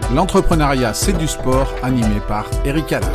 L'entrepreneuriat, c'est du sport, animé par Eric Haller.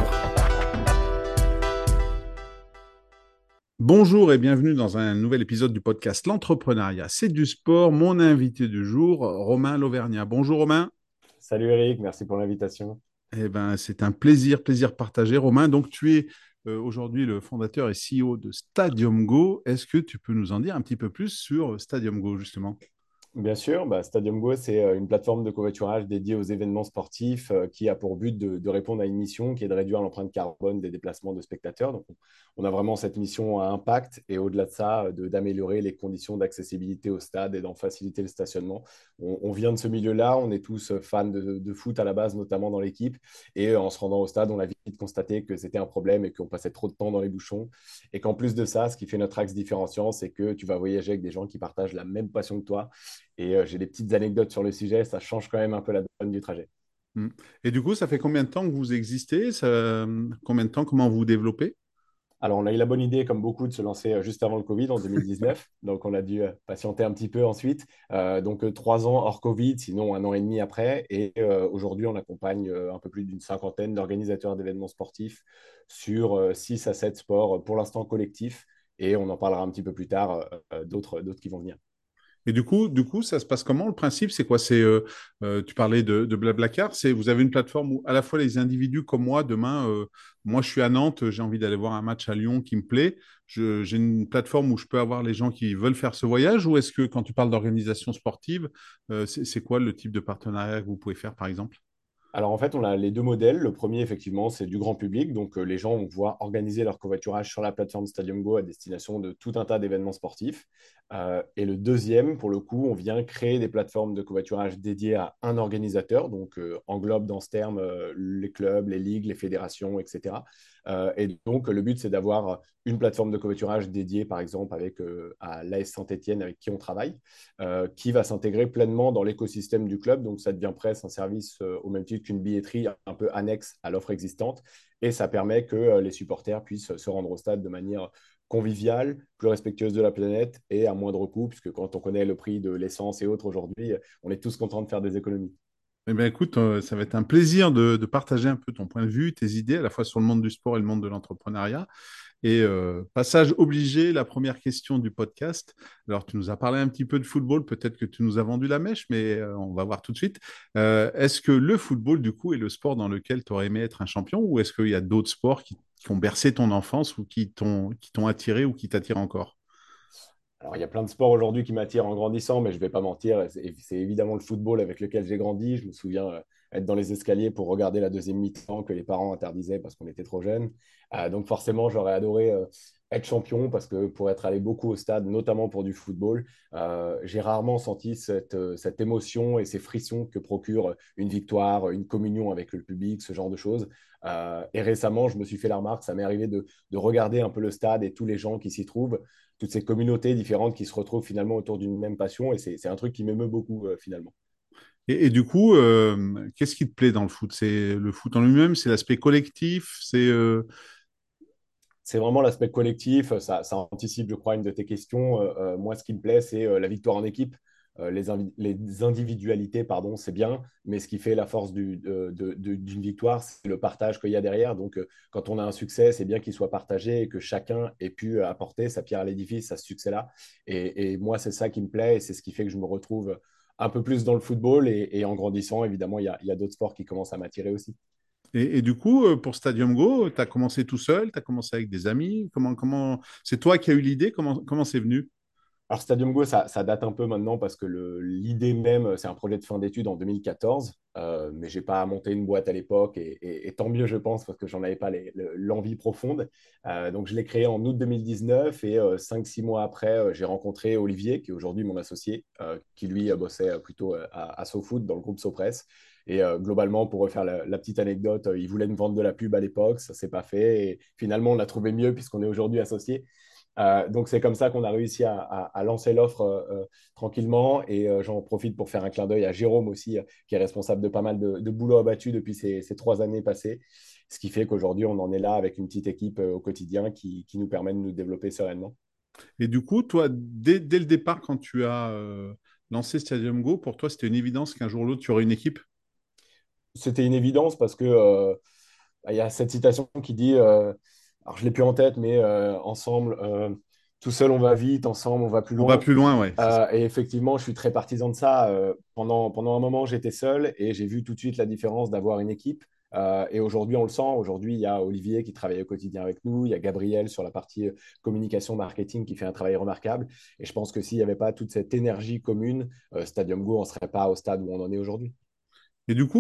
Bonjour et bienvenue dans un nouvel épisode du podcast L'entrepreneuriat, c'est du sport. Mon invité du jour, Romain Lauvergnat. Bonjour Romain. Salut Eric, merci pour l'invitation. Eh ben, c'est un plaisir partagé. Romain, donc tu es aujourd'hui le fondateur et CEO de Stadium Go. Est-ce que tu peux nous en dire un petit peu plus sur Stadium Go, justement? Bien sûr, Stadium Go, c'est une plateforme de covoiturage dédiée aux événements sportifs qui a pour but de répondre à une mission qui est de réduire l'empreinte carbone des déplacements de spectateurs. Donc, on a vraiment cette mission à impact et au-delà de ça, d'améliorer les conditions d'accessibilité au stade et d'en faciliter le stationnement. On vient de ce milieu-là, on est tous fans de foot à la base, notamment dans l'équipe. Et en se rendant au stade, on a vite constaté que c'était un problème et qu'on passait trop de temps dans les bouchons. Et qu'en plus de ça, ce qui fait notre axe différenciant, c'est que tu vas voyager avec des gens qui partagent la même passion que toi. Et j'ai des petites anecdotes sur le sujet, ça change quand même un peu la donne du trajet. Mm. Et du coup, ça fait combien de temps que vous existez? Combien de temps, comment vous vous développez? Alors, on a eu la bonne idée, comme beaucoup, de se lancer juste avant le Covid en 2019. Donc, on a dû patienter un petit peu ensuite. Donc, 3 ans hors Covid, sinon 1 an et demi après. Et aujourd'hui, on accompagne un peu plus d'une cinquantaine d'organisateurs d'événements sportifs sur 6 à 7 sports, pour l'instant collectifs. Et on en parlera un petit peu plus tard, d'autres qui vont venir. Et du coup, ça se passe comment? Le principe, c'est quoi? Tu parlais de Blablacar, vous avez une plateforme où à la fois les individus comme moi, demain, moi je suis à Nantes, j'ai envie d'aller voir un match à Lyon qui me plaît. J'ai une plateforme où je peux avoir les gens qui veulent faire ce voyage, ou est-ce que quand tu parles d'organisation sportive, c'est quoi le type de partenariat que vous pouvez faire, par exemple? Alors en fait, on a les deux modèles. Le premier, effectivement, c'est du grand public. Donc les gens vont pouvoir organiser leur covoiturage sur la plateforme Stadium Go à destination de tout un tas d'événements sportifs. Et le deuxième, pour le coup, on vient créer des plateformes de covoiturage dédiées à un organisateur. Donc englobe dans ce terme les clubs, les ligues, les fédérations, etc. Et donc le but, c'est d'avoir une plateforme de covoiturage dédiée, par exemple, à l'AS Saint-Étienne avec qui on travaille, qui va s'intégrer pleinement dans l'écosystème du club. Donc, ça devient presque un service au même titre qu'une billetterie un peu annexe à l'offre existante. Et ça permet que les supporters puissent se rendre au stade de manière conviviale, plus respectueuse de la planète et à moindre coût, puisque quand on connaît le prix de l'essence et autres aujourd'hui, on est tous contents de faire des économies. Eh bien, écoute, ça va être un plaisir de partager un peu ton point de vue, tes idées, à la fois sur le monde du sport et le monde de l'entrepreneuriat. Et passage obligé, la première question du podcast. Alors, tu nous as parlé un petit peu de football, peut-être que tu nous as vendu la mèche, mais on va voir tout de suite. Est-ce que le football, du coup, est le sport dans lequel tu aurais aimé être un champion, ou est-ce qu'il y a d'autres sports qui ont bercé ton enfance ou qui t'ont attiré ou qui t'attirent encore? Alors, il y a plein de sports aujourd'hui qui m'attirent en grandissant, mais je ne vais pas mentir, c'est évidemment le football avec lequel j'ai grandi. Je me souviens être dans les escaliers pour regarder la deuxième mi-temps que les parents interdisaient parce qu'on était trop jeunes. Donc forcément, j'aurais adoré être champion parce que pour être allé beaucoup au stade, notamment pour du football, j'ai rarement senti cette émotion et ces frissons que procure une victoire, une communion avec le public, ce genre de choses. Et récemment, je me suis fait la remarque, ça m'est arrivé de regarder un peu le stade et tous les gens qui s'y trouvent, toutes ces communautés différentes qui se retrouvent finalement autour d'une même passion. Et c'est un truc qui m'émeut beaucoup finalement. Et du coup, qu'est-ce qui te plaît dans le foot? C'est le foot en lui-même, c'est l'aspect collectif, C'est vraiment l'aspect collectif. Ça anticipe, je crois, une de tes questions. Moi, ce qui me plaît, c'est la victoire en équipe. Les individualités, pardon, c'est bien, mais ce qui fait la force d'une victoire, c'est le partage qu'il y a derrière. Donc, quand on a un succès, c'est bien qu'il soit partagé et que chacun ait pu apporter sa pierre à l'édifice à ce succès-là. Et moi, c'est ça qui me plaît et c'est ce qui fait que je me retrouve un peu plus dans le football. Et en grandissant, évidemment, il y a d'autres sports qui commencent à m'attirer aussi. Et du coup, pour Stadium Go, tu as commencé tout seul, tu as commencé avec des amis. C'est toi qui as eu l'idée? Comment c'est venu? Alors, Stadium Go, ça date un peu maintenant parce que l'idée même, c'est un projet de fin d'études en 2014, mais j'ai pas monté une boîte à l'époque et tant mieux, je pense, parce que j'en avais pas l'envie profonde. Donc, je l'ai créé en août 2019 et 5, 6 mois après, j'ai rencontré Olivier, qui est aujourd'hui mon associé, qui lui bossait plutôt à SoFoot dans le groupe Sopress. Et globalement, pour refaire la petite anecdote, il voulait me vendre de la pub à l'époque, ça s'est pas fait. Et finalement, on l'a trouvé mieux puisqu'on est aujourd'hui associés. Donc c'est comme ça qu'on a réussi à lancer l'offre tranquillement et j'en profite pour faire un clin d'œil à Jérôme aussi, qui est responsable de pas mal de boulot abattu depuis ces 3 années passées, ce qui fait qu'aujourd'hui on en est là avec une petite équipe au quotidien qui nous permet de nous développer sereinement. Et du coup, toi, dès le départ, quand tu as lancé Stadium Go, pour toi, c'était une évidence qu'un jour ou l'autre, tu aurais une équipe? C'était une évidence parce que il y a cette citation qui dit, alors je l'ai plus en tête, mais ensemble, tout seul on va vite, ensemble on va plus On va loin. plus loin, ouais, c'est ça. Et effectivement, je suis très partisan de ça. Pendant un moment, j'étais seul et j'ai vu tout de suite la différence d'avoir une équipe. Et aujourd'hui, on le sent. Aujourd'hui, il y a Olivier qui travaille au quotidien avec nous. Il y a Gabriel sur la partie communication, marketing qui fait un travail remarquable. Et je pense que s'il n'y avait pas toute cette énergie commune, Stadium Go n'en serait pas au stade où on en est aujourd'hui. Et du coup,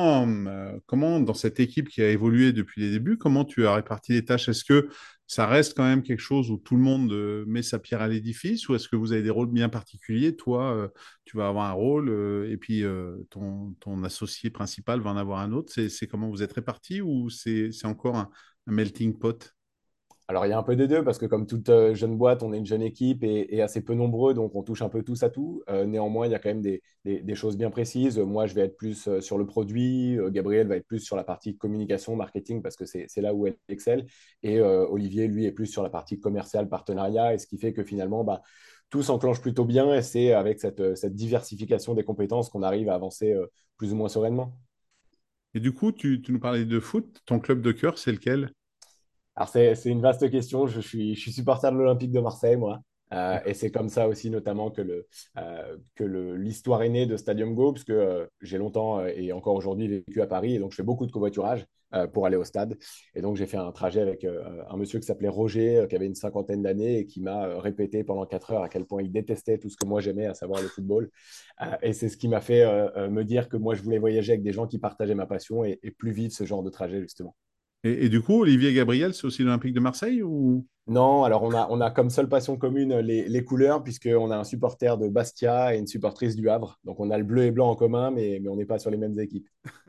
comment dans cette équipe qui a évolué depuis les débuts, comment tu as réparti les tâches? Est-ce que ça reste quand même quelque chose où tout le monde met sa pierre à l'édifice ou est-ce que vous avez des rôles bien particuliers? Toi, tu vas avoir un rôle et puis ton associé principal va en avoir un autre. C'est comment vous êtes répartis ou c'est encore un melting pot? Alors, il y a un peu des deux parce que comme toute jeune boîte, on est une jeune équipe et assez peu nombreux, donc on touche un peu tous à tout. Néanmoins, il y a quand même des choses bien précises. Moi, je vais être plus sur le produit. Gabriel va être plus sur la partie communication, marketing, parce que c'est là où elle excelle. Et Olivier, lui, est plus sur la partie commerciale, partenariat. Et ce qui fait que finalement, bah, tout s'enclenche plutôt bien. Et c'est avec cette diversification des compétences qu'on arrive à avancer plus ou moins sereinement. Et du coup, tu nous parlais de foot. Ton club de cœur, c'est lequel? Alors, c'est une vaste question. Je suis supporter de l'Olympique de Marseille, moi. Et c'est comme ça aussi, notamment, l'histoire est née de Stadium Go, puisque j'ai longtemps et encore aujourd'hui vécu à Paris. Et donc, je fais beaucoup de covoiturage pour aller au stade. Et donc, j'ai fait un trajet avec un monsieur qui s'appelait Roger, qui avait une cinquantaine d'années et qui m'a répété pendant 4 heures à quel point il détestait tout ce que moi j'aimais, à savoir le football. Et c'est ce qui m'a fait me dire que moi, je voulais voyager avec des gens qui partageaient ma passion et plus vivre ce genre de trajet, justement. Et du coup, Olivier Gabriel, c'est aussi l'Olympique de Marseille ou... Non, alors on a comme seule passion commune les couleurs, puisqu'on a un supporter de Bastia et une supportrice du Havre. Donc on a le bleu et blanc en commun, mais on n'est pas sur les mêmes équipes.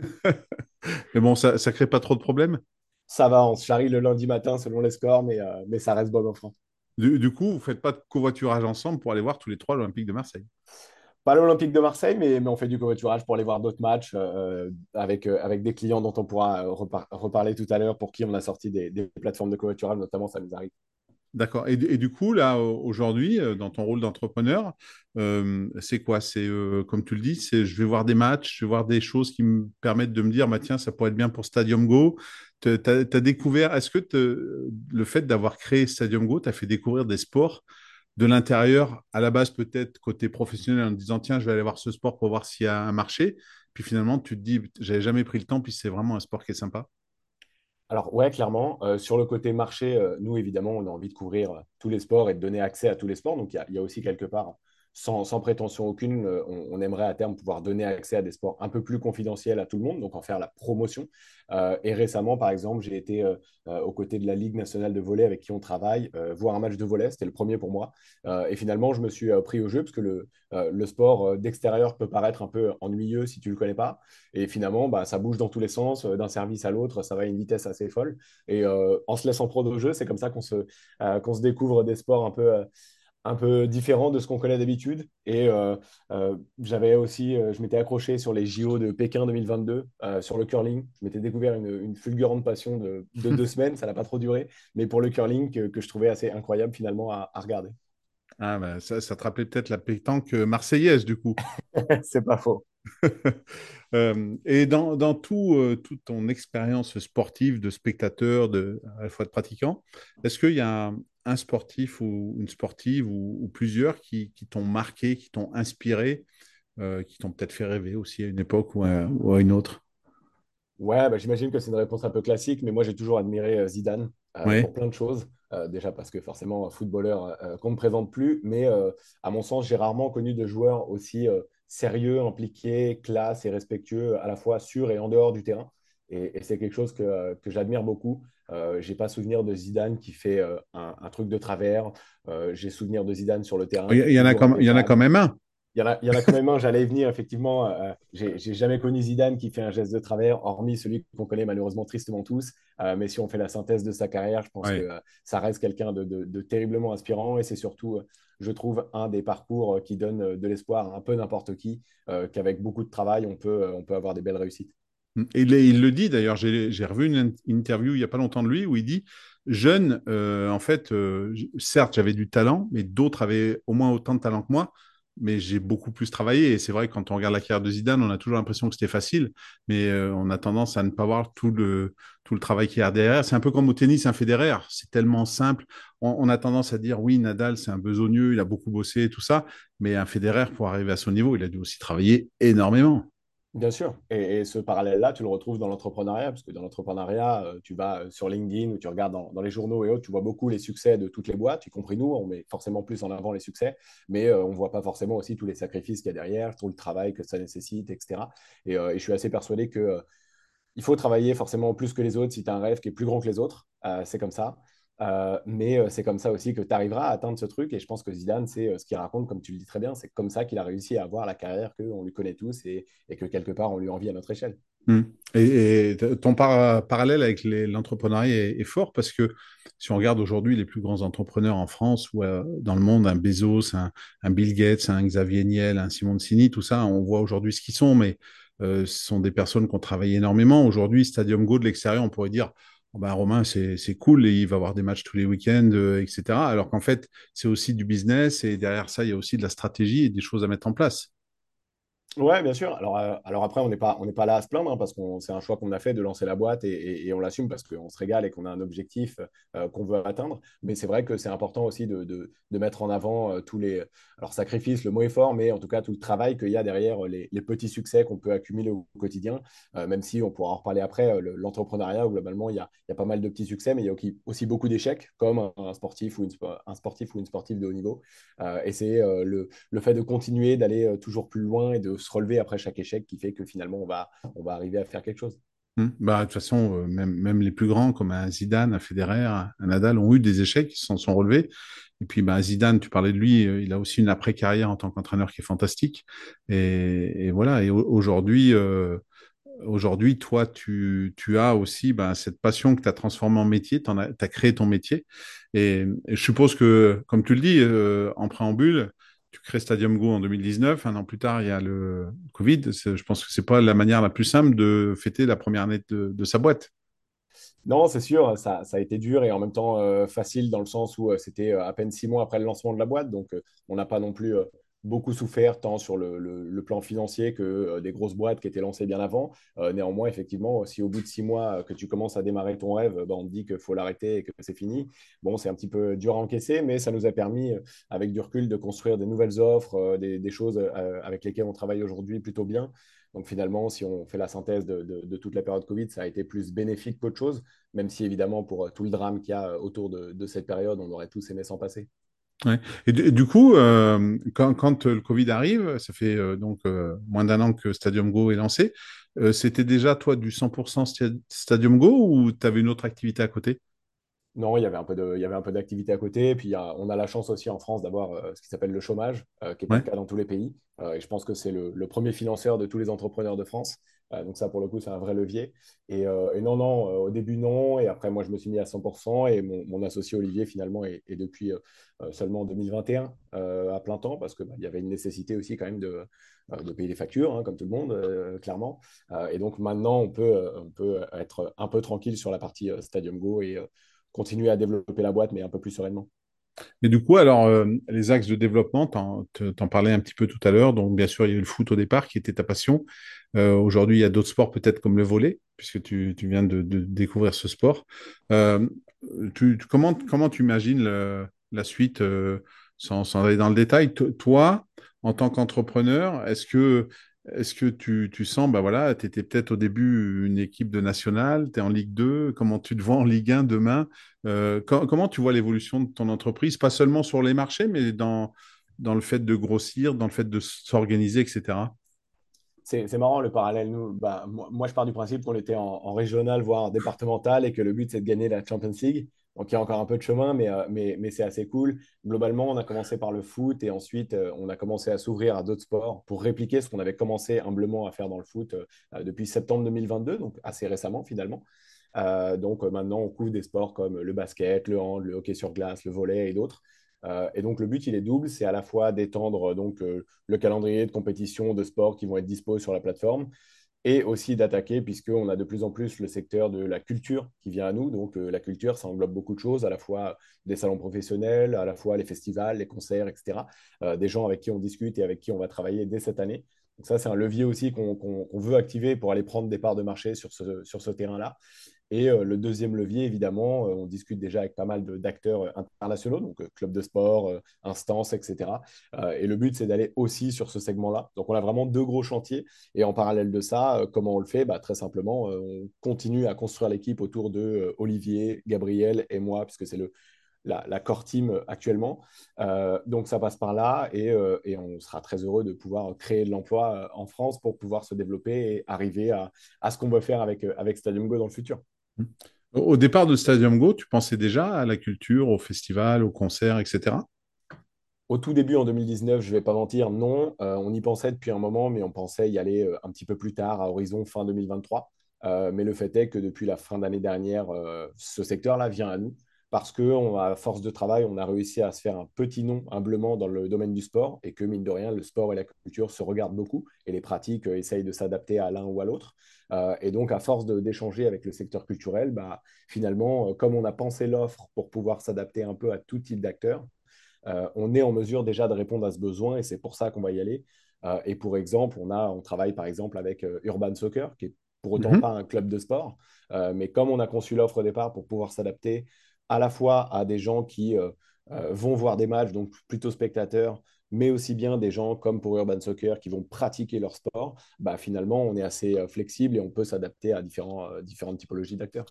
Mais bon, ça crée pas trop de problèmes. Ça va, on se charrie le lundi matin selon les scores, mais ça reste bon enfant. Du coup, vous faites pas de covoiturage ensemble pour aller voir tous les trois l'Olympique de Marseille. Pas l'Olympique de Marseille, mais on fait du covoiturage pour aller voir d'autres matchs avec des clients dont on pourra reparler tout à l'heure, pour qui on a sorti des plateformes de covoiturage, notamment, ça nous arrive. D'accord. Et du coup, là, aujourd'hui, dans ton rôle d'entrepreneur, c'est quoi? C'est, comme tu le dis, c'est je vais voir des matchs, je vais voir des choses qui me permettent de me dire, bah, tiens, ça pourrait être bien pour Stadium Go. Tu as découvert, est-ce que le fait d'avoir créé Stadium Go t'a fait découvrir des sports de l'intérieur, à la base peut-être côté professionnel, en te disant, tiens, je vais aller voir ce sport pour voir s'il y a un marché. Puis finalement, tu te dis, j'avais jamais pris le temps, puis c'est vraiment un sport qui est sympa. Alors, ouais, clairement. Sur le côté marché, nous, évidemment, on a envie de couvrir tous les sports et de donner accès à tous les sports. Donc, il y a aussi quelque part, sans prétention aucune, on aimerait à terme pouvoir donner accès à des sports un peu plus confidentiels à tout le monde, donc en faire la promotion. Et récemment, par exemple, j'ai été aux côtés de la Ligue nationale de volley avec qui on travaille, voir un match de volley. C'était le premier pour moi. Et finalement, je me suis pris au jeu parce que le sport d'extérieur peut paraître un peu ennuyeux si tu ne le connais pas. Et finalement, bah, ça bouge dans tous les sens, d'un service à l'autre, ça va à une vitesse assez folle. Et en se laissant prendre au jeu, c'est comme ça qu'on se découvre des sports un peu différents de ce qu'on connaît d'habitude. Et j'avais aussi, je m'étais accroché sur les JO de Pékin 2022, sur le curling. Je m'étais découvert une fulgurante passion de 2 semaines, ça n'a pas trop duré, mais pour le curling que je trouvais assez incroyable finalement à regarder. Ah, bah, ça te rappelait peut-être la pétanque marseillaise, du coup. C'est pas faux. Et dans toute ton expérience sportive de spectateur, à la fois de pratiquant, est-ce qu'il y a un sportif ou une sportive ou plusieurs qui t'ont marqué, qui t'ont inspiré, qui t'ont peut-être fait rêver aussi à une époque ou à une autre? Ouais, bah, j'imagine que c'est une réponse un peu classique, mais moi j'ai toujours admiré Zidane Oui. pour plein de choses. Déjà parce que forcément, footballeur qu'on ne présente plus, mais à mon sens, j'ai rarement connu de joueur aussi sérieux, impliqué, classe et respectueux, à la fois sur et en dehors du terrain. Et c'est quelque chose que j'admire beaucoup. J'ai pas souvenir de Zidane qui fait un truc de travers. J'ai souvenir de Zidane sur le terrain qui est toujours Il y en a quand impeccable. même un. Il y en a quand même un, j'allais y venir, effectivement. J'ai jamais connu Zidane qui fait un geste de travers, hormis celui qu'on connaît malheureusement tristement tous. Mais si on fait la synthèse de sa carrière, je pense que Ouais. ça reste quelqu'un de terriblement inspirant. Et c'est surtout, je trouve, un des parcours qui donne de l'espoir à un peu n'importe qui, qu'avec beaucoup de travail, on peut avoir des belles réussites. Et il le dit d'ailleurs, j'ai revu une interview il n'y a pas longtemps de lui où il dit, jeune, en fait, certes j'avais du talent, mais d'autres avaient au moins autant de talent que moi. mais j'ai beaucoup plus travaillé. Et c'est vrai que quand on regarde la carrière de Zidane, on a toujours l'impression que c'était facile, mais on a tendance à ne pas voir tout le travail qu'il y a derrière. C'est un peu comme au tennis, un Federer. C'est tellement simple. On a tendance à dire, oui, Nadal, c'est un besogneux, il a beaucoup bossé et tout ça, mais un Federer, pour arriver à son niveau, il a dû aussi travailler énormément. Bien sûr. Et ce parallèle-là, tu le retrouves dans l'entrepreneuriat, parce que dans l'entrepreneuriat, tu vas sur LinkedIn ou tu regardes dans les journaux et autres, tu vois beaucoup les succès de toutes les boîtes, y compris nous. On met forcément plus en avant les succès, mais on ne voit pas forcément aussi tous les sacrifices qu'il y a derrière, tout le travail que ça nécessite, etc. Et je suis assez persuadé que il faut travailler forcément plus que les autres si tu as un rêve qui est plus grand que les autres. C'est comme ça. Mais c'est comme ça aussi que tu arriveras à atteindre ce truc. Et je pense que Zidane, c'est ce qu'il raconte, comme tu le dis très bien, c'est comme ça qu'il a réussi à avoir la carrière qu'on lui connaît tous et que quelque part, on lui envie à notre échelle. Mm. Ton parallèle avec l'entrepreneuriat est fort parce que si on regarde aujourd'hui les plus grands entrepreneurs en France ou dans le monde, un Bezos, un Bill Gates, un Xavier Niel, un Simoncini, tout ça, on voit aujourd'hui ce qu'ils sont, mais ce sont des personnes qui ont travaillé énormément. Aujourd'hui, Stadium Go de l'extérieur, on pourrait dire, oh ben, Romain, c'est cool, et il va avoir des matchs tous les week-ends, etc. Alors qu'en fait, c'est aussi du business et derrière ça, il y a aussi de la stratégie et des choses à mettre en place. Ouais, bien sûr. Alors après, on n'est pas là à se plaindre parce que c'est un choix qu'on a fait de lancer la boîte et on l'assume parce qu'on se régale et qu'on a un objectif qu'on veut atteindre. Mais c'est vrai que c'est important aussi de mettre en avant tous les alors sacrifices, le mot est fort, mais en tout cas tout le travail qu'il y a derrière les petits succès qu'on peut accumuler au quotidien. Même si on pourra en reparler après, l'entrepreneuriat, où globalement, il y a pas mal de petits succès, mais il y a aussi beaucoup d'échecs, comme un sportif ou un sportif ou une sportive de haut niveau. Et c'est le fait de continuer, d'aller toujours plus loin et de se relever après chaque échec qui fait que finalement on va arriver à faire quelque chose. Bah, de toute façon, même les plus grands, comme un Zidane, un Federer, un Nadal, ont eu des échecs, ils s'en sont relevés. Et puis, bah, Zidane, tu parlais de lui, il a aussi une après-carrière en tant qu'entraîneur qui est fantastique. Et voilà. Et aujourd'hui, toi, tu as aussi bah, cette passion que tu as transformée en métier, tu as créé ton métier. Et je suppose que, comme tu le dis, en préambule, tu crées Stadium Go en 2019. Un an plus tard, il y a le Covid. Je pense que c'est pas la manière la plus simple de fêter la première année de sa boîte. Non, c'est sûr, ça a été dur et en même temps facile dans le sens où c'était à peine 6 mois après le lancement de la boîte. Donc, on n'a pas non plus beaucoup souffert, tant sur le plan financier que des grosses boîtes qui étaient lancées bien avant. Néanmoins, effectivement, si au bout de 6 mois que tu commences à démarrer ton rêve, on te dit qu'il faut l'arrêter et que c'est fini, bon, c'est un petit peu dur à encaisser, mais ça nous a permis, avec du recul, de construire des nouvelles offres, des choses avec lesquelles on travaille aujourd'hui plutôt bien. Donc finalement, si on fait la synthèse de toute la période Covid, ça a été plus bénéfique qu'autre chose, même si évidemment, pour tout le drame qu'il y a autour de cette période, on aurait tous aimé s'en passer. Ouais. Du coup, quand le Covid arrive, ça fait donc moins d'un an que Stadium Go est lancé. C'était déjà, toi, du 100% Stadium Go ou tu avais une autre activité à côté? Non, il y avait un peu d'activité à côté. Et puis, on a la chance aussi en France d'avoir ce qui s'appelle le chômage, qui n'est pas le Ouais. cas dans tous les pays. Et je pense que c'est le premier financeur de tous les entrepreneurs de France. Donc ça, pour le coup, c'est un vrai levier. Et non, non, au début, non. Et après, moi, je me suis mis à 100%. Et mon associé Olivier, finalement, est depuis seulement en 2021 à plein temps, parce qu'il y avait une nécessité aussi quand même de payer les factures, hein, comme tout le monde, clairement. Et donc maintenant, on peut être un peu tranquille sur la partie Stadium Go et continuer à développer la boîte, mais un peu plus sereinement. Et du coup, alors, les axes de développement, t'en parlais un petit peu tout à l'heure. Donc, bien sûr, il y a eu le foot au départ, qui était ta passion. Aujourd'hui, il y a d'autres sports, peut-être comme le volley, puisque tu viens de découvrir ce sport. Euh, comment tu imagines la suite, sans aller dans le détail? Toi, en tant qu'entrepreneur, est-ce que tu sens, bah voilà, tu étais peut-être au début une équipe de nationale, tu es en Ligue 2, comment tu te vois en Ligue 1 demain? Comment tu vois l'évolution de ton entreprise, pas seulement sur les marchés, mais dans le fait de grossir, dans le fait de s'organiser, etc. C'est marrant le parallèle. Nous, moi, je pars du principe qu'on était en régional, voire départemental, et que le but, c'est de gagner la Champions League. Donc, il y a encore un peu de chemin, mais c'est assez cool. Globalement, on a commencé par le foot et ensuite, on a commencé à s'ouvrir à d'autres sports pour répliquer ce qu'on avait commencé humblement à faire dans le foot depuis septembre 2022, donc assez récemment finalement. Donc maintenant, on couvre des sports comme le basket, le hand, le hockey sur glace, le volley et d'autres. Et donc le but, il est double, c'est à la fois d'étendre le calendrier de compétition de sport qui vont être dispo sur la plateforme et aussi d'attaquer, puisqu'on a de plus en plus le secteur de la culture qui vient à nous. Donc, la culture, ça englobe beaucoup de choses, à la fois des salons professionnels, à la fois les festivals, les concerts, etc. Des gens avec qui on discute et avec qui on va travailler dès cette année. Donc ça, c'est un levier aussi qu'on veut activer pour aller prendre des parts de marché sur ce terrain-là. Et le deuxième levier, évidemment, on discute déjà avec pas mal d'acteurs internationaux, donc clubs de sport, instances, etc. Et le but, c'est d'aller aussi sur ce segment-là. Donc, on a vraiment deux gros chantiers. Et en parallèle de ça, comment on le fait? Bah, très simplement, on continue à construire l'équipe autour de Olivier, Gabriel et moi, puisque c'est la core team actuellement. Donc, ça passe par là et on sera très heureux de pouvoir créer de l'emploi en France pour pouvoir se développer et arriver à ce qu'on veut faire avec Stadium Go dans le futur. Au départ de Stadium Go, tu pensais déjà à la culture, au festival, au concert, etc. Au tout début, en 2019, je ne vais pas mentir, non. On y pensait depuis un moment, mais on pensait y aller un petit peu plus tard, à horizon fin 2023. Mais le fait est que depuis la fin d'année dernière, ce secteur-là vient à nous parce qu'à force de travail, on a réussi à se faire un petit nom humblement dans le domaine du sport et que, mine de rien, le sport et la culture se regardent beaucoup et les pratiques essayent de s'adapter à l'un ou à l'autre. Et donc, à force d'échanger avec le secteur culturel, bah, finalement, comme on a pensé l'offre pour pouvoir s'adapter un peu à tout type d'acteurs, on est en mesure déjà de répondre à ce besoin et c'est pour ça qu'on va y aller. Et pour exemple, on travaille par exemple avec Urban Soccer, qui est pour autant Mhm. pas un club de sport, mais comme on a conçu l'offre au départ pour pouvoir s'adapter à la fois à des gens qui vont voir des matchs, donc plutôt spectateurs, mais aussi bien des gens comme pour Urban Soccer qui vont pratiquer leur sport, bah, finalement, on est assez flexible et on peut s'adapter à différentes typologies d'acteurs.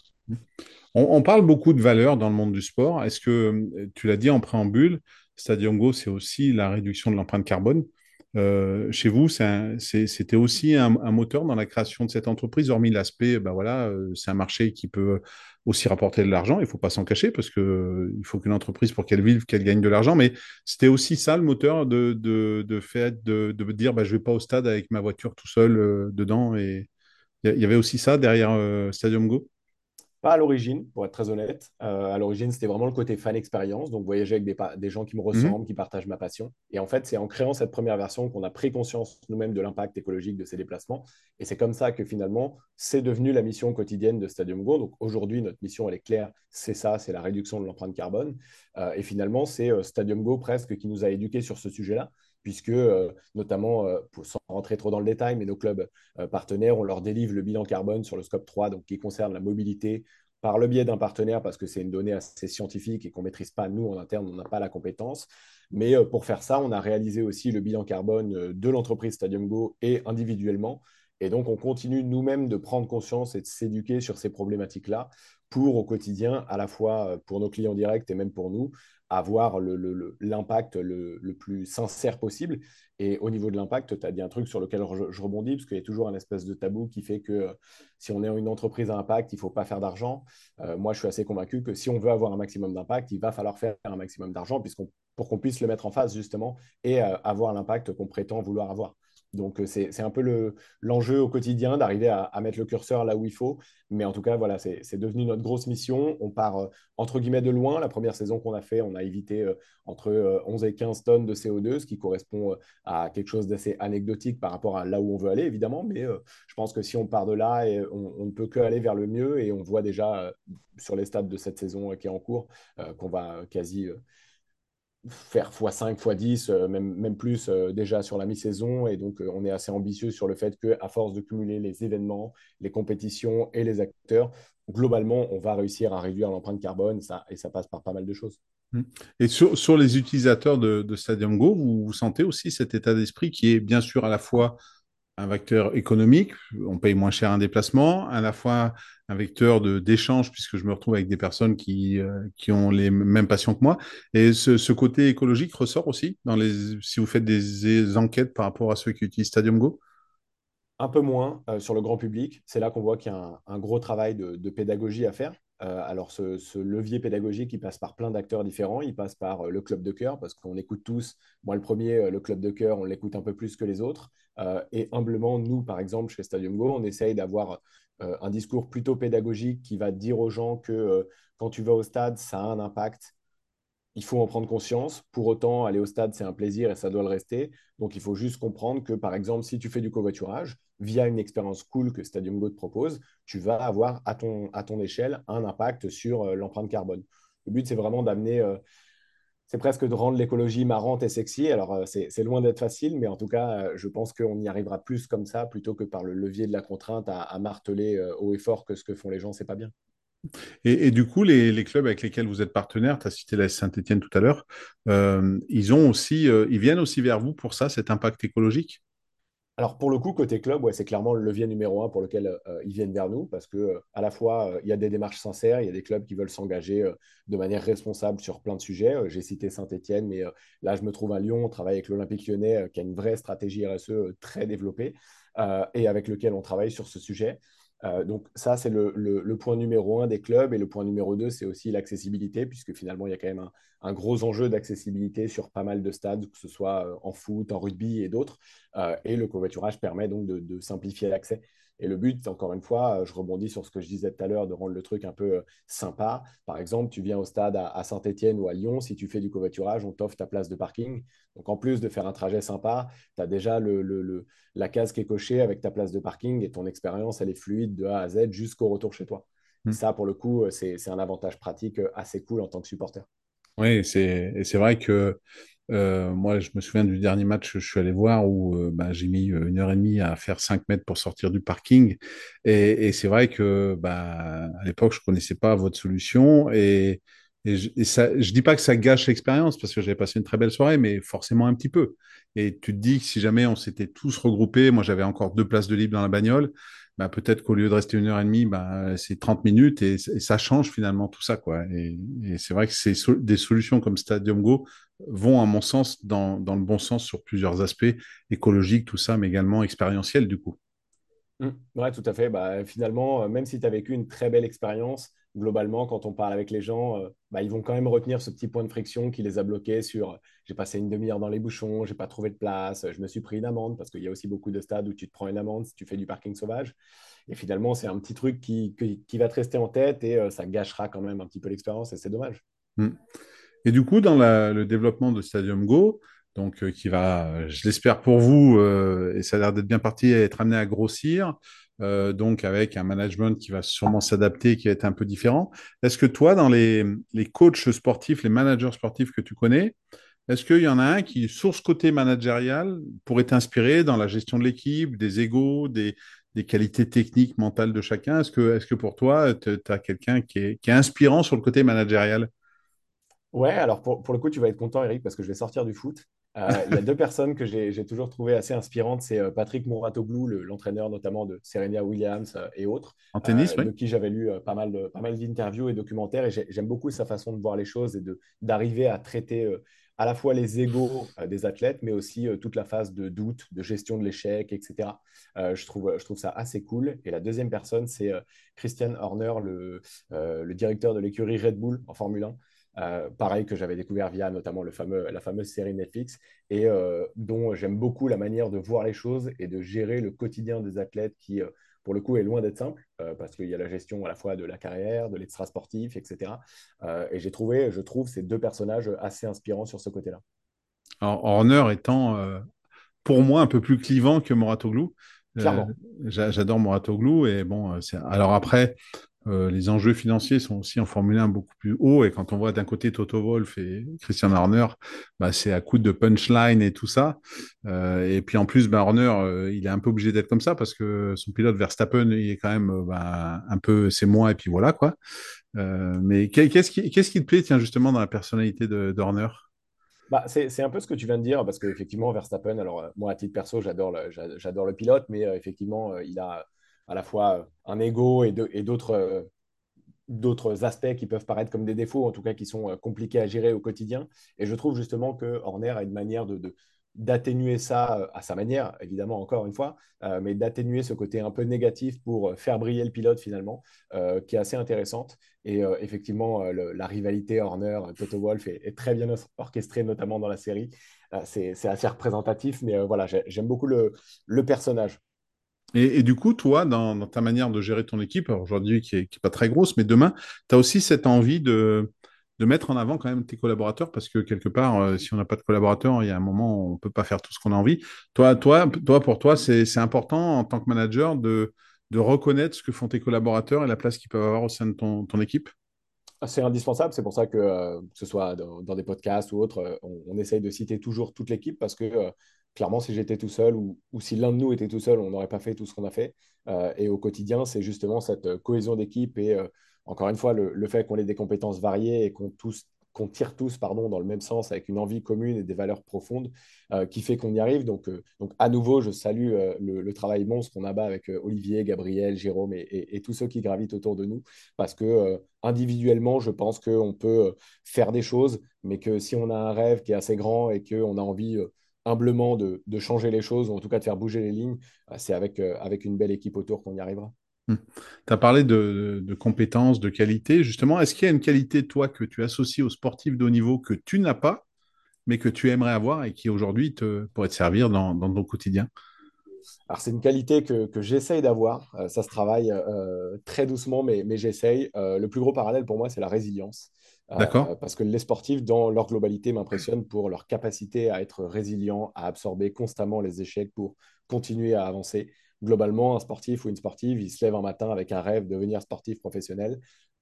On parle beaucoup de valeurs dans le monde du sport. Est-ce que, tu l'as dit en préambule, Stadium Go, c'est aussi la réduction de l'empreinte carbone. Chez vous, c'était aussi un moteur dans la création de cette entreprise, hormis l'aspect, ben voilà, c'est un marché qui peut aussi rapporter de l'argent, il ne faut pas s'en cacher, parce que, il faut qu'une entreprise, pour qu'elle vive, qu'elle gagne de l'argent, mais c'était aussi ça le moteur de fait de me dire, bah, je ne vais pas au stade avec ma voiture tout seul dedans, et il y avait aussi ça derrière Stadium Go. Pas à l'origine, pour être très honnête. À l'origine, c'était vraiment le côté fan expérience, donc voyager avec des gens qui me Mhm. ressemblent, qui partagent ma passion. Et en fait, c'est en créant cette première version qu'on a pris conscience nous-mêmes de l'impact écologique de ces déplacements. Et c'est comme ça que finalement, c'est devenu la mission quotidienne de Stadium Go. Donc aujourd'hui, notre mission, elle est claire, c'est ça, c'est la réduction de l'empreinte carbone. Et finalement, c'est Stadium Go presque qui nous a éduqués sur ce sujet-là, puisque notamment, sans rentrer trop dans le détail, mais nos clubs partenaires, on leur délivre le bilan carbone sur le scope 3, donc qui concerne la mobilité, par le biais d'un partenaire, parce que c'est une donnée assez scientifique et qu'on ne maîtrise pas, nous, en interne, on n'a pas la compétence. Mais pour faire ça, on a réalisé aussi le bilan carbone de l'entreprise Stadium Go et individuellement. Et donc, on continue nous-mêmes de prendre conscience et de s'éduquer sur ces problématiques-là pour, au quotidien, à la fois pour nos clients directs et même pour nous, avoir l'impact le plus sincère possible. Et au niveau de l'impact, tu as dit un truc sur lequel je rebondis, parce qu'il y a toujours un espèce de tabou qui fait que si on est une entreprise à impact, il ne faut pas faire d'argent. Moi, je suis assez convaincu que si on veut avoir un maximum d'impact, il va falloir faire un maximum d'argent pour qu'on puisse le mettre en face, justement, et avoir l'impact qu'on prétend vouloir avoir. Donc, c'est un peu l'enjeu au quotidien d'arriver à mettre le curseur là où il faut. Mais en tout cas, voilà, c'est devenu notre grosse mission. On part, entre guillemets, de loin. La première saison qu'on a fait, on a évité entre 11 et 15 tonnes de CO2, ce qui correspond à quelque chose d'assez anecdotique par rapport à là où on veut aller, évidemment. Mais je pense que si on part de là, et on ne peut que aller vers le mieux. Et on voit déjà sur les stades de cette saison qui est en cours qu'on va quasi faire x5, x10, même plus déjà sur la mi-saison. Et donc, on est assez ambitieux sur le fait qu'à force de cumuler les événements, les compétitions et les acteurs, globalement, on va réussir à réduire l'empreinte carbone et ça passe par pas mal de choses. Mm. Et sur les utilisateurs de Stadium Go, vous sentez aussi cet état d'esprit qui est bien sûr à la fois un vecteur économique, on paye moins cher un déplacement, à la fois un vecteur d'échange, puisque je me retrouve avec des personnes qui ont les mêmes passions que moi. Et ce côté écologique ressort aussi si vous faites des enquêtes par rapport à ceux qui utilisent Stadium Go. Un peu moins sur le grand public. C'est là qu'on voit qu'il y a un gros travail de pédagogie à faire. Alors, ce levier pédagogique, il passe par plein d'acteurs différents. Il passe par le club de cœur, parce qu'on écoute tous. Moi, le premier, le club de cœur, on l'écoute un peu plus que les autres. Et humblement, nous, par exemple, chez Stadium Go, on essaye d'avoir un discours plutôt pédagogique qui va dire aux gens que quand tu vas au stade, ça a un impact il faut en prendre conscience. Pour autant, aller au stade, c'est un plaisir et ça doit le rester. Donc, il faut juste comprendre que, par exemple, si tu fais du covoiturage, via une expérience cool que Stadium Go te propose, tu vas avoir à ton échelle un impact sur l'empreinte carbone. Le but, c'est vraiment d'amener, c'est presque de rendre l'écologie marrante et sexy. Alors, c'est loin d'être facile, mais en tout cas, je pense qu'on y arrivera plus comme ça plutôt que par le levier de la contrainte à marteler haut et fort que ce que font les gens, c'est pas bien. Et du coup, les clubs avec lesquels vous êtes partenaire, tu as cité la Saint-Étienne tout à l'heure, ils viennent aussi vers vous pour ça, cet impact écologique? Alors pour le coup, côté club, ouais, c'est clairement le levier numéro un pour lequel ils viennent vers nous, parce que à la fois, il y a des démarches sincères, il y a des clubs qui veulent s'engager de manière responsable sur plein de sujets. J'ai cité Saint-Étienne, mais là, je me trouve à Lyon, on travaille avec l'Olympique lyonnais, qui a une vraie stratégie RSE très développée, et avec lequel on travaille sur ce sujet. Donc ça, c'est le point numéro un des clubs. Et le point numéro deux, c'est aussi l'accessibilité, puisque finalement, il y a quand même un gros enjeu d'accessibilité sur pas mal de stades, que ce soit en foot, en rugby et d'autres. Et le covoiturage permet donc de simplifier l'accès. Et le but, encore une fois, je rebondis sur ce que je disais tout à l'heure, de rendre le truc un peu sympa. Par exemple, tu viens au stade à Saint-Étienne ou à Lyon, si tu fais du covoiturage, on t'offre ta place de parking. Donc en plus de faire un trajet sympa, tu as déjà la case qui est cochée avec ta place de parking et ton expérience, elle est fluide de A à Z jusqu'au retour chez toi. Et ça, pour le coup, c'est un avantage pratique assez cool en tant que supporter. Oui, et c'est vrai que moi, je me souviens du dernier match que je suis allé voir où bah, j'ai mis 1 heure et demie à faire 5 mètres pour sortir du parking. Et c'est vrai que bah, à l'époque, je connaissais pas votre solution. Et ça, je dis pas que ça gâche l'expérience parce que j'avais passé une très belle soirée, mais forcément un petit peu. Et tu te dis que si jamais on s'était tous regroupés, moi j'avais encore 2 places de libre dans la bagnole, bah, peut-être qu'au lieu de rester 1 heure et demie, bah, c'est 30 minutes et ça change finalement tout ça, quoi. Et c'est vrai que des solutions comme Stadium Go vont, à mon sens, dans le bon sens sur plusieurs aspects, écologiques, tout ça, mais également expérientiels, du coup. Ouais, tout à fait. Bah, finalement, même si tu as vécu une très belle expérience, globalement, quand on parle avec les gens, bah, ils vont quand même retenir ce petit point de friction qui les a bloqués sur j'ai passé une demi-heure dans les bouchons, j'ai pas trouvé de place, je me suis pris une amende, parce qu'il y a aussi beaucoup de stades où tu te prends une amende si tu fais du parking sauvage. Et finalement, c'est un petit truc qui va te rester en tête et ça gâchera quand même un petit peu l'expérience et c'est dommage. Mm. Et du coup, dans le développement de Stadium Go, donc qui va, je l'espère pour vous, et ça a l'air d'être bien parti, à être amené à grossir, donc avec un management qui va sûrement s'adapter, qui va être un peu différent. Est-ce que toi, dans les coachs sportifs, les managers sportifs que tu connais, est-ce qu'il y en a un qui, sur ce côté managérial, pourrait t'inspirer dans la gestion de l'équipe, des égos, des qualités techniques, mentales de chacun? Est-ce que pour toi, tu as quelqu'un qui est inspirant sur le côté managérial? Ouais, alors pour le coup, tu vas être content, Eric, parce que je vais sortir du foot. Il y a deux personnes que j'ai toujours trouvées assez inspirantes. C'est Patrick Mouratoglou, l'entraîneur notamment de Serena Williams et autres, En tennis, oui. de qui j'avais lu pas mal d'interviews et documentaires. Et j'aime beaucoup sa façon de voir les choses et d'arriver à traiter à la fois les égos des athlètes, mais aussi toute la phase de doute, de gestion de l'échec, etc. Je trouve ça assez cool. Et la deuxième personne, c'est Christian Horner, le directeur de l'écurie Red Bull en Formule 1. Pareil que j'avais découvert via notamment la fameuse série Netflix et dont j'aime beaucoup la manière de voir les choses et de gérer le quotidien des athlètes qui, pour le coup, est loin d'être simple parce qu'il y a la gestion à la fois de la carrière, de l'extra-sportif, etc. Et je trouve ces deux personnages assez inspirants sur ce côté-là. Alors, Horner étant, pour moi, un peu plus clivant que Mouratoglou. Euh, Clairement. j'adore Mouratoglou. Et bon, alors après, les enjeux financiers sont aussi en Formule 1 beaucoup plus hauts. Et quand on voit d'un côté Toto Wolff et Christian Horner, bah, c'est à coup de punchline et tout ça. Et puis en plus, bah, Horner, il est un peu obligé d'être comme ça parce que son pilote Verstappen, il est quand même bah, un peu c'est moi et puis voilà quoi. Mais qu'est-ce qui te plaît, tiens, justement, dans la personnalité d'Horner? Bah, c'est un peu ce que tu viens de dire, parce qu'effectivement, Verstappen, alors moi, à titre perso, j'adore le pilote, mais effectivement, il a à la fois un ego et d'autres aspects qui peuvent paraître comme des défauts, en tout cas qui sont compliqués à gérer au quotidien. Et je trouve justement que Horner a une manière d'atténuer ça à sa manière, évidemment, encore une fois, mais d'atténuer ce côté un peu négatif pour faire briller le pilote finalement, qui est assez intéressante. Et effectivement, la rivalité Horner-Toto Wolff est très bien orchestrée, notamment dans la série. C'est assez représentatif, mais voilà, j'aime beaucoup le personnage. Et du coup, toi, dans ta manière de gérer ton équipe, alors aujourd'hui qui est pas très grosse, mais demain, tu as aussi cette envie de mettre en avant quand même tes collaborateurs parce que quelque part, si on n'a pas de collaborateurs, il y a un moment où on ne peut pas faire tout ce qu'on a envie. Pour toi, c'est important en tant que manager de reconnaître ce que font tes collaborateurs et la place qu'ils peuvent avoir au sein de ton équipe. C'est indispensable, c'est pour ça que ce soit dans des podcasts ou autres, on essaye de citer toujours toute l'équipe parce que clairement, si j'étais tout seul ou si l'un de nous était tout seul, on n'aurait pas fait tout ce qu'on a fait. Et au quotidien, c'est justement cette cohésion d'équipe et encore une fois, le fait qu'on ait des compétences variées et qu'on tire tous pardon, dans le même sens avec une envie commune et des valeurs profondes qui fait qu'on y arrive. Donc, à nouveau, je salue le travail monstre qu'on abat avec Olivier, Gabriel, Jérôme et tous ceux qui gravitent autour de nous parce que individuellement, je pense qu'on peut faire des choses, mais que si on a un rêve qui est assez grand et qu'on a envie humblement de changer les choses, ou en tout cas de faire bouger les lignes, c'est avec une belle équipe autour qu'on y arrivera. Tu as parlé de compétences, de qualité. Justement, est-ce qu'il y a une qualité, toi, que tu associes aux sportifs de haut niveau que tu n'as pas, mais que tu aimerais avoir et qui aujourd'hui pourrait te servir dans ton quotidien? Alors, c'est une qualité que j'essaye d'avoir. Ça se travaille très doucement, mais j'essaye. Le plus gros parallèle pour moi, c'est la résilience. D'accord? Parce que les sportifs, dans leur globalité, m'impressionnent pour leur capacité à être résilients, à absorber constamment les échecs pour continuer à avancer. Globalement, un sportif ou une sportive, il se lève un matin avec un rêve de devenir sportif professionnel.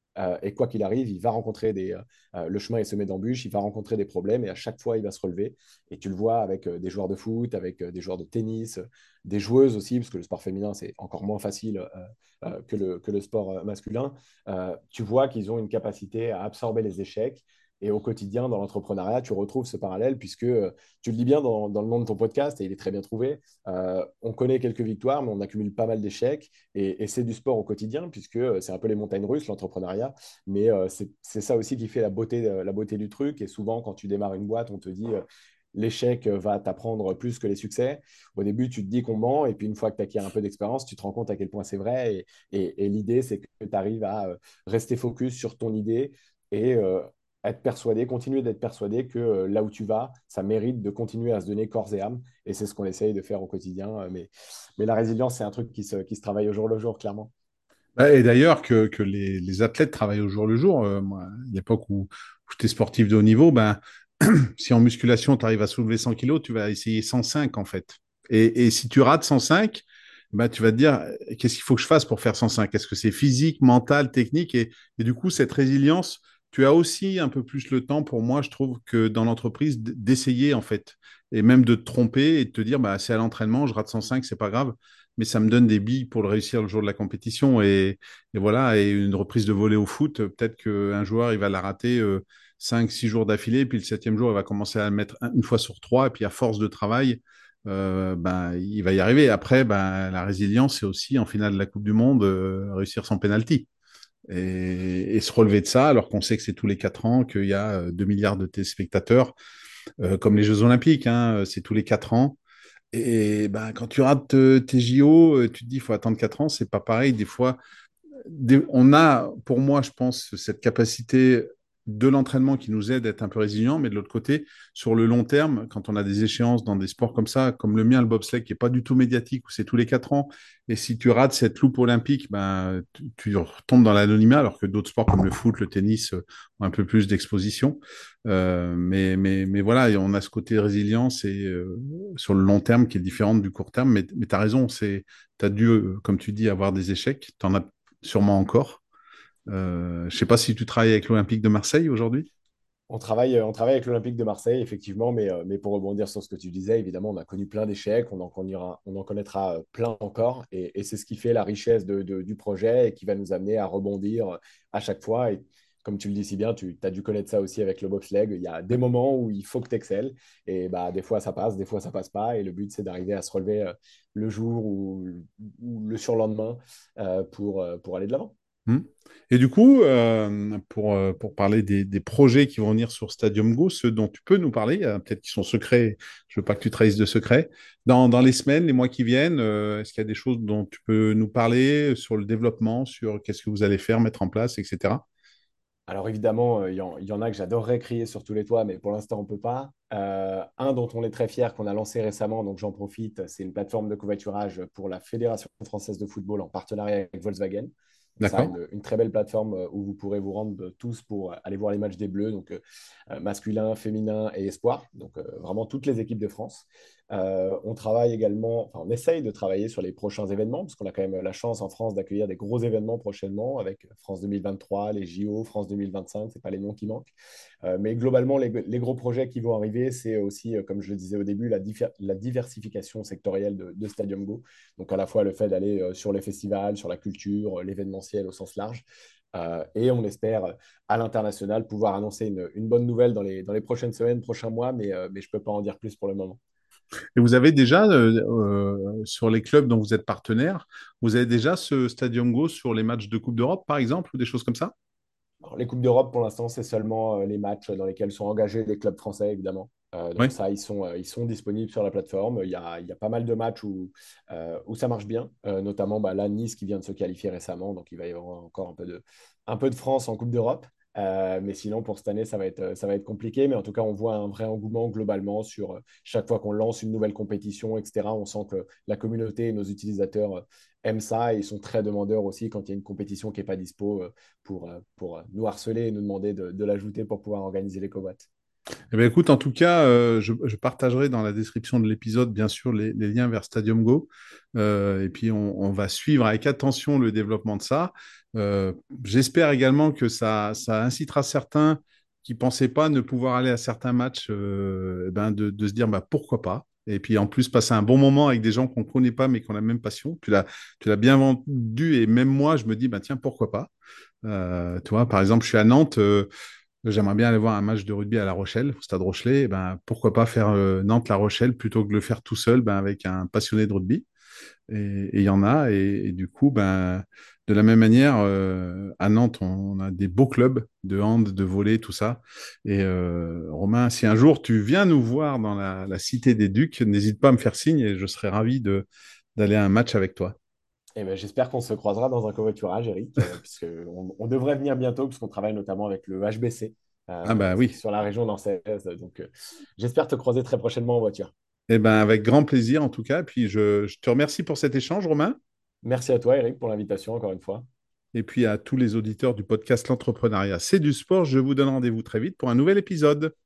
Et quoi qu'il arrive, il va rencontrer le chemin est semé d'embûches, il va rencontrer des problèmes et à chaque fois, il va se relever. Et tu le vois avec des joueurs de foot, avec des joueurs de tennis, des joueuses aussi, parce que le sport féminin, c'est encore moins facile que le sport masculin. Tu vois qu'ils ont une capacité à absorber les échecs. Et au quotidien, dans l'entrepreneuriat, tu retrouves ce parallèle, puisque tu le dis bien dans le nom de ton podcast, et il est très bien trouvé. On connaît quelques victoires, mais on accumule pas mal d'échecs. Et c'est du sport au quotidien, puisque c'est un peu les montagnes russes, l'entrepreneuriat. Mais c'est ça aussi qui fait la beauté du truc. Et souvent, quand tu démarres une boîte, on te dit l'échec va t'apprendre plus que les succès. Au début, tu te dis qu'on ment. Et puis, une fois que tu acquiers un peu d'expérience, tu te rends compte à quel point c'est vrai. Et l'idée, c'est que tu arrives à rester focus sur ton idée et être persuadé, continuer d'être persuadé que là où tu vas, ça mérite de continuer à se donner corps et âme. Et c'est ce qu'on essaye de faire au quotidien. Mais la résilience, c'est un truc qui se travaille au jour le jour, clairement. Ouais, et d'ailleurs, que les athlètes travaillent au jour le jour. Moi, à l'époque où j'étais sportif de haut niveau, ben, si en musculation, tu arrives à soulever 100 kilos, tu vas essayer 105 en fait. Et si tu rates 105, ben, tu vas te dire, qu'est-ce qu'il faut que je fasse pour faire 105? Est-ce que c'est physique, mental, technique? Et du coup, cette résilience, tu as aussi un peu plus le temps, pour moi, je trouve, que dans l'entreprise, d'essayer en fait. Et même de te tromper et de te dire, bah, c'est à l'entraînement, je rate 105, c'est pas grave, mais ça me donne des billes pour le réussir le jour de la compétition. Et voilà, et une reprise de volée au foot, peut-être qu'un joueur, il va la rater 5, 6 jours d'affilée, puis le septième jour, il va commencer à la mettre une fois sur trois, et puis à force de travail, ben, il va y arriver. Après, ben, la résilience, c'est aussi en finale de la Coupe du Monde, réussir son penalty. Et se relever de ça, alors qu'on sait que c'est tous les 4 ans, qu'il y a 2 milliards de téléspectateurs, comme les Jeux Olympiques, hein, c'est tous les 4 ans. Et ben, quand tu rates tes JO, tu te dis, il faut attendre 4 ans, c'est pas pareil. Des fois, on a, pour moi, je pense, cette capacité de l'entraînement qui nous aide à être un peu résilient, mais de l'autre côté, sur le long terme, quand on a des échéances dans des sports comme ça, comme le mien, le bobsleigh, qui n'est pas du tout médiatique, où c'est tous les 4 ans, et si tu rates cette loupe olympique, ben, tu retombes dans l'anonymat, alors que d'autres sports comme le foot, le tennis ont un peu plus d'exposition. Mais voilà, et on a ce côté de résilience et, sur le long terme qui est différent du court terme, mais tu as raison, tu as dû, comme tu dis, avoir des échecs, tu en as sûrement encore. Je ne sais pas si tu travailles avec l'Olympique de Marseille aujourd'hui. On travaille avec l'Olympique de Marseille, effectivement, mais pour rebondir sur ce que tu disais, évidemment, on a connu plein d'échecs, on en connaîtra plein encore, et c'est ce qui fait la richesse du projet et qui va nous amener à rebondir à chaque fois. Et comme tu le dis si bien, tu as dû connaître ça aussi avec le bobsleigh. Il y a des moments où il faut que tu excelles, et bah, des fois ça passe, des fois ça passe pas, et le but c'est d'arriver à se relever le jour ou le surlendemain pour aller de l'avant. Hmm. Et du coup, pour parler des projets qui vont venir sur Stadium Go, ceux dont tu peux nous parler, peut-être qu'ils sont secrets, je veux pas que tu trahisses de secrets, dans les semaines, les mois qui viennent, est-ce qu'il y a des choses dont tu peux nous parler sur le développement, sur qu'est-ce que vous allez faire, mettre en place, etc. Alors évidemment, il y en a que j'adorerais crier sur tous les toits, mais pour l'instant, on ne peut pas. Un dont on est très fier, qu'on a lancé récemment, donc j'en profite, c'est une plateforme de covoiturage pour la Fédération française de football en partenariat avec Volkswagen. Ça, D'accord. une très belle plateforme où vous pourrez vous rendre tous pour aller voir les matchs des Bleus, donc masculin, féminin et espoir, donc vraiment toutes les équipes de France. On travaille également, enfin on essaye de travailler sur les prochains événements, parce qu'on a quand même la chance en France d'accueillir des gros événements prochainement, avec France 2023, les JO, France 2025, c'est pas les noms qui manquent. Mais globalement, les gros projets qui vont arriver, c'est aussi, comme je le disais au début, la diversification sectorielle de Stadium Go. Donc à la fois le fait d'aller sur les festivals, sur la culture, l'événementiel au sens large. Et on espère à l'international pouvoir annoncer une bonne nouvelle dans les prochaines semaines, prochains mois, mais je ne peux pas en dire plus pour le moment. Et vous avez déjà, sur les clubs dont vous êtes partenaire, vous avez déjà ce Stadium Go sur les matchs de Coupe d'Europe, par exemple, ou des choses comme ça? Alors, les Coupes d'Europe, pour l'instant, c'est seulement les matchs dans lesquels sont engagés les clubs français, évidemment. Donc Oui. ça, ils sont disponibles sur la plateforme. Il y a pas mal de matchs où ça marche bien, notamment bah, là, Nice qui vient de se qualifier récemment, donc il va y avoir encore un peu de France en Coupe d'Europe. Mais sinon, pour cette année, ça va être compliqué. Mais en tout cas, on voit un vrai engouement globalement sur chaque fois qu'on lance une nouvelle compétition, etc. On sent que la communauté et nos utilisateurs aiment ça et ils sont très demandeurs aussi quand il y a une compétition qui n'est pas dispo pour nous harceler et nous demander de l'ajouter pour pouvoir organiser les cobots. Eh bien, écoute, en tout cas, je partagerai dans la description de l'épisode, bien sûr, les liens vers Stadium Go. Et puis, on va suivre avec attention le développement de ça. J'espère également que ça incitera certains qui ne pensaient pas ne pouvoir aller à certains matchs, eh ben de se dire bah, pourquoi pas. Et puis, en plus, passer un bon moment avec des gens qu'on ne connaît pas, mais qui ont la même passion. Tu l'as bien vendu. Et même moi, je me dis, bah, tiens, pourquoi pas. Tu vois, par exemple, je suis à Nantes. J'aimerais bien aller voir un match de rugby à La Rochelle, au Stade Rochelet. Eh ben, pourquoi pas faire Nantes-La Rochelle plutôt que de le faire tout seul ben, avec un passionné de rugby. Et il y en a. Et du coup, ben, de la même manière, à Nantes, on a des beaux clubs de hand, de volley, tout ça. Et Romain, si un jour tu viens nous voir dans la Cité des Ducs, n'hésite pas à me faire signe et je serai ravi d'aller à un match avec toi. Et ben, j'espère qu'on se croisera dans un covoiturage, Eric, puisque on devrait venir bientôt, puisqu'on travaille notamment avec le HBC Ah ben oui. sur la région nantaise. Donc, j'espère te croiser très prochainement en voiture. Eh ben, avec grand plaisir en tout cas. Puis je te remercie pour cet échange, Romain. Merci à toi, Eric, pour l'invitation, encore une fois. Et puis à tous les auditeurs du podcast L'entrepreneuriat, c'est du sport. Je vous donne rendez-vous très vite pour un nouvel épisode.